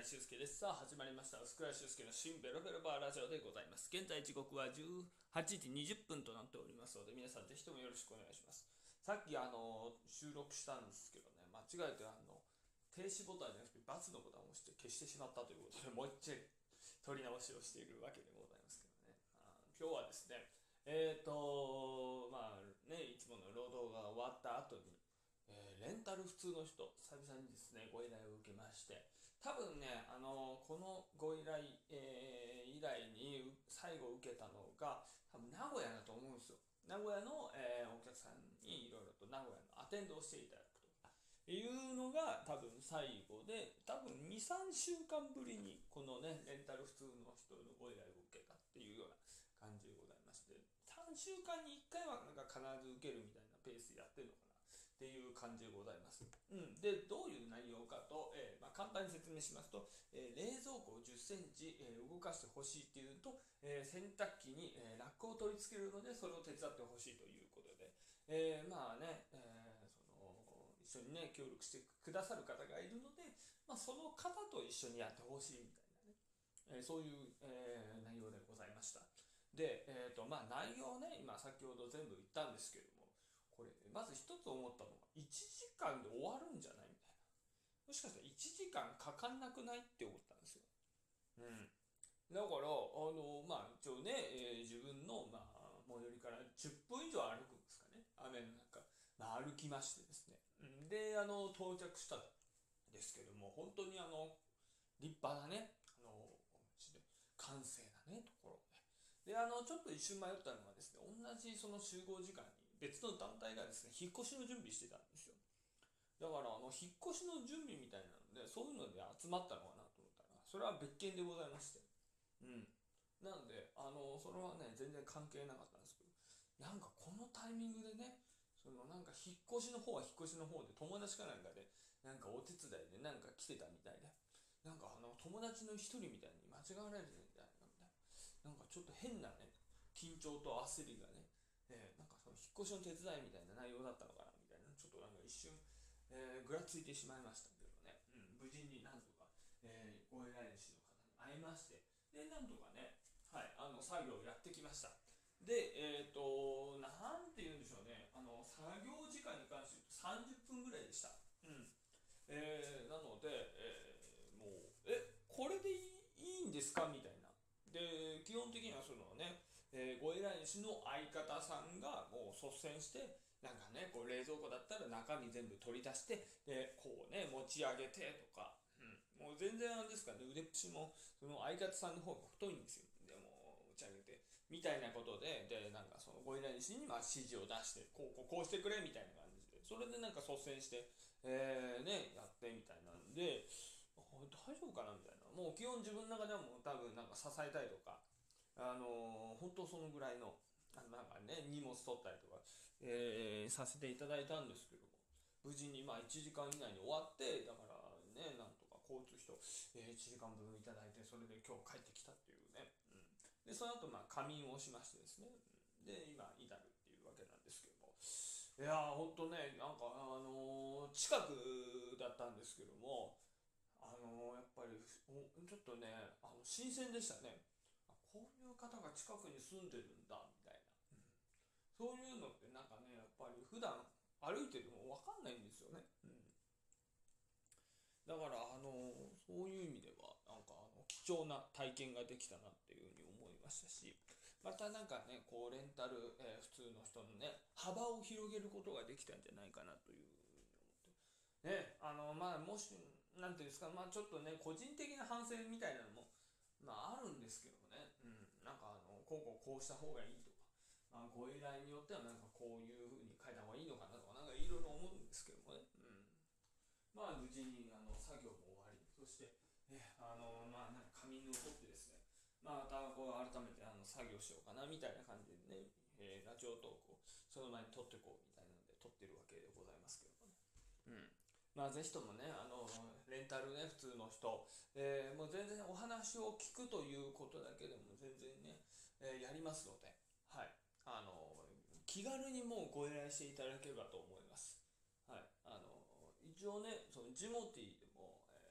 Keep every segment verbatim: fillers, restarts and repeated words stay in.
修介です。さあ始まりました。薄倉修介の新ベロベロバーラジオでございます。現在時刻はじゅうはちじにじゅっぷんとなっておりますので、皆さんぜひともよろしくお願いします。さっきあの収録したんですけどね、間違えてあの停止ボタンじゃなくて×のボタンを押して消してしまったということで、もう一回取り直しをしているわけでございますけどね。あ今日はですね、えーとまあね、いつもの労働が終わった後に、えーレンタル普通の人、久々にですね、ご依頼を受けまして、多分ね、あのこのご依頼、えー依頼に最後受けたのが、多分名古屋だと思うんですよ。名古屋の、えーお客さんにいろいろと名古屋のアテンドをしていただくというのが多分最後で、多分に、さんしゅうかんぶりにこのね、レンタル普通の人のご依頼を受けたっていうような感じでございまして、さんしゅうかんにいっかいはなんか必ず受けるみたいなペースでやってるのかなっていう感じでございます。うん、で、どういう内容かと、えーまあ、簡単に説明しますと、えー冷蔵庫をじゅっセンチ、えー動かしてほしいっていうと、えー洗濯機に、えーラックを取り付けるので、それを手伝ってほしいということで、えーまあね、えーその一緒にね、協力してくださる方がいるので、まあ、その方と一緒にやってほしいみたいなね、えーそういう、えー内容でございました。で、えーとまあ、内容ね、今先ほど全部言ったんですけども、これ、まず一つ思ったのが、いちじかんで終わるんじゃないみたいな。もしかしたらいちじかんかかんなくないって思ったんですよ。うん。だから、あの、まあ、一応ね、えー自分の、まあ、最寄りからじゅっぷん以上歩くんですかね。雨の中、まあ、歩きましてですね。うんで、あの、到着したんですけども、本当にあの、立派なね、あの、閑静なね、ところで。で、あの、ちょっと一瞬迷ったのがですね、同じその集合時間に別の団体がですね、引っ越しの準備してたんですよ。だからあの引っ越しの準備みたいなので、そういうので集まったのかなと思ったら、それは別件でございまして、うんなのであのそれはね全然関係なかったんですけど、なんかこのタイミングでね、そのなんか引っ越しの方は引っ越しの方で友達かなんかでなんかお手伝いでなんか来てたみたいで、なんかあの友達の一人みたいに間違われるんじゃないかみたいな、なんかちょっと変なね緊張と焦りがね、えーなんかその引っ越しの手伝いみたいな内容だったのかなみたいな、ちょっとなんか一瞬えーぐらついてしまいましたけどね、うん、無事になんとか、えーご依頼主の方に会いまして、で、なんとかね、はい、あの作業をやってきました。で、えっ、と、なんて言うんでしょうね、あの作業時間に関して言うとさんじゅっぷんぐらいでした。うんえーなので、えーもう、え、これでいいいいんですかみたいな。で、基本的にはそのね、えーご依頼主の相方さんがもう率先して、なんかね、こう冷蔵庫だったら中身全部取り出して、で、こうね、持ち上げてとか、うん、もう全然あれですかね、腕っぷしも、その相方さんの方が太いんですよ。でも、持ち上げて、みたいなことで、で、なんかそのご依頼主にまあ指示を出して、こう、こう、こうしてくれみたいな感じで、それでなんか率先して、えー、ね、やってみたいなんで、大丈夫かなみたいな。もう基本自分の中ではもう多分なんか支えたいとか、あのー、本当そのぐらいの、あのなんかね、荷物取ったりとか、えーさせていただいたんですけども、無事にまあいちじかん以内に終わって、だからね、なんとか交通費と、えーいちじかんぶんいただいて、それで今日帰ってきたっていうね。うん、で、その後まあ仮眠をしましてですね、うんで、今至るっていうわけなんですけども、いやー、ほんとね、なんか、あのー近くだったんですけども、あのーやっぱりちょっとね、あの新鮮でしたね。あこういう方が近くに住んでるんだみたいな、そういうのってなんかね、やっぱり普段歩いてても分かんないんですよね。うん、だから、あのそういう意味ではなんかあの貴重な体験ができたなっていうふうに思いましたし、またなんかね、こうレンタル、えー普通の人のね幅を広げることができたんじゃないかなというふうに思ってね、あのまあもしなんていうんですか、まあちょっとね個人的な反省みたいなのもまああるんですけどもね、うん、なんかあのこうこうこうした方がいいとか、まあ、ご依頼によってはなんかこういう風に書いた方がいいのかなとかなんかいろいろ思うんですけどもね、うん、まあ無事にあの作業も終わり、そして、ね、あのまあなんか仮眠を取ってですね、まあまたこう改めてあの作業しようかなみたいな感じでね、えーラジオトークをその前に撮ってこうみたいなので撮ってるわけでございますけどもね。うんまあ、ぜひともね、あのレンタルね、普通の人、えーもう全然お話を聞くということだけでも全然ね、えーやりますので、はい、あの気軽にもうご依頼していただければと思います。はい、あの一応ね、そのジモティーでも、えー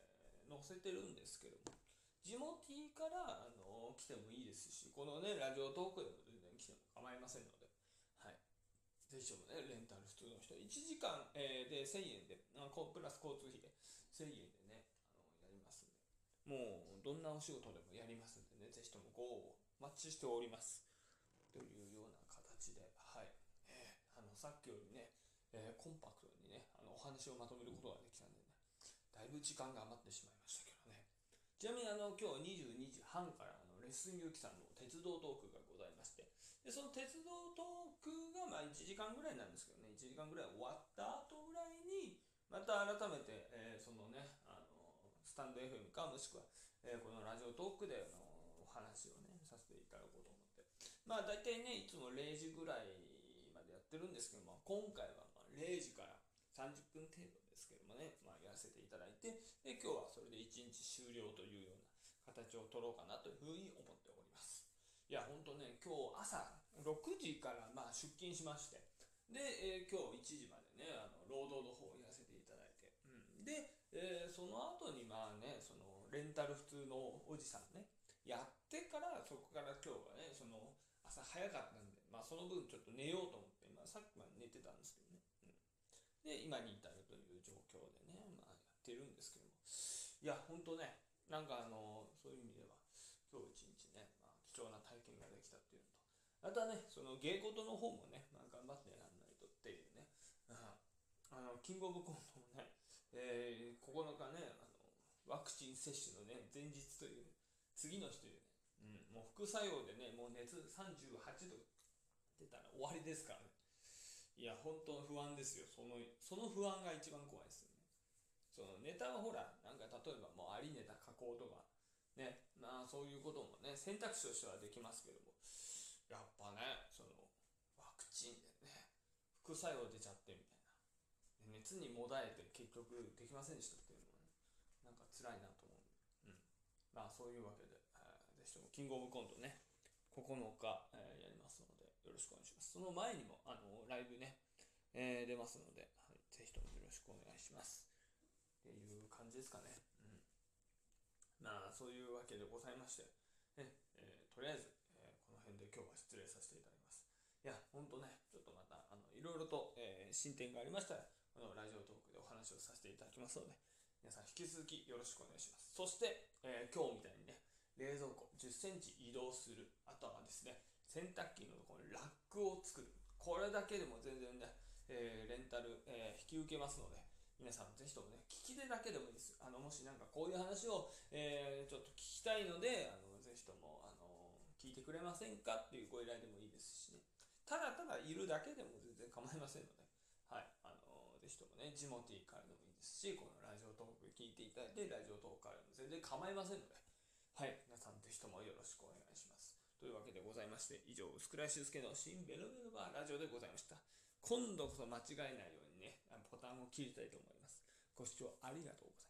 載せてるんですけども、ジモティーからあの来てもいいですし、このねラジオトークでも全然来ても構いませんので、はい、ぜひともね、レンタル普通の人いちじかん、えーでせんえんで、あこプラス交通費でせんえんでね、あのやりますんで、もうどんなお仕事でもやりますんでね、ぜひともご応募お待ちしておりますというような形で、はい、えーあのさっきよりね、えーコンパクトにね、あのお話をまとめることができたんでね、だいぶ時間が余ってしまいましたけどね。ちなみにあの今日にじゅうにじはんからあのレッスンゆうきさんの鉄道トークがございまして、でその鉄道トークがまあいちじかんぐらいなんですけどね、いちじかんぐらい終わった後ぐらいにまた改めて、えーそのねあのスタンド エフエム かもしくは、えーこのラジオトークであのお話をねさせていただこうと思って、まあ大体ねいつもれいじぐらいまでやってるんですけども、今回はまあれいじからさんじゅっぷん程度ですけどもね、まあ、やらせていただいて、で今日はそれでいちにち終了というような形を取ろうかなというふうに思っております。いや本当ね、今日朝ろくじからまあ出勤しまして、で、えー今日いちじまでねあの労働の方をやらせていただいて、うん、で、えーその後にまあねそのレンタル普通のおじさんねやってから、そこから今日はねその朝早かったんで、まあ、その分ちょっと寝ようと思って、まあ、さっきまで寝てたんですけどね、うん、で今に至るという状況でね、まあ、やってるんですけども、いや本当ね、なんかあのそういう意味では今日一日ね、まあ、貴重な体験ができたっていうのと、あとはねその芸事の方もね、まあ、頑張ってやらないとっていうね、ああのキングオブコントもね、えー、ここのかねあのワクチン接種のね前日という次の日というね、うん、もう副作用でねもう熱さんじゅうはちど出たら終わりですからね。いや本当不安ですよ。そのその不安が一番怖いですよね。そのネタはほらなんか例えばもうありネタ加工とかね、まあそういうこともね選択肢としてはできますけども、やっぱねそのワクチンでね副作用出ちゃってみたいな、熱にもだえて結局できませんでしたっていうのはね、なんか辛いなと思う。うん、まあそういうわけで、えー、ぜひともキングオブコントねここのか、えーやりますのでよろしくお願いします。その前にもあのライブね、えー出ますので、はい、ぜひともよろしくお願いしますっていう感じですかね。うん、まあそういうわけでございまして、ねえーとりあえず、えーこの辺で今日は失礼させていただきます。いやほんとねちょっとまたあのいろいろと、えー進展がありましたらこのラジオトークでお話をさせていただきますので、皆さん引き続きよろしくお願いします。そして、えー今日みたいにね冷蔵庫じゅっセンチ移動する、あとはですね洗濯機のこのラックを作る、これだけでも全然ね、えーレンタル、えー引き受けますので、皆さんぜひともね聞き手だけでもいいです。あのもしなんかこういう話を、えーちょっと聞きたいので、あのぜひともあの聞いてくれませんかっていうご依頼でもいいですしね、ただただいるだけでも全然構いませんので、はい、あのぜひともねジモティーからでもいいですし、このラジオトーク聞いていただいてラジオトークからでも全然構いませんので、はい、皆さんぜひともよろしくお願いします。というわけでございまして、以上、薄倉修介の新ベロベロバーラジオでございました。今度こそ間違えないようにね、ボタンを切りたいと思います。ご視聴ありがとうございます。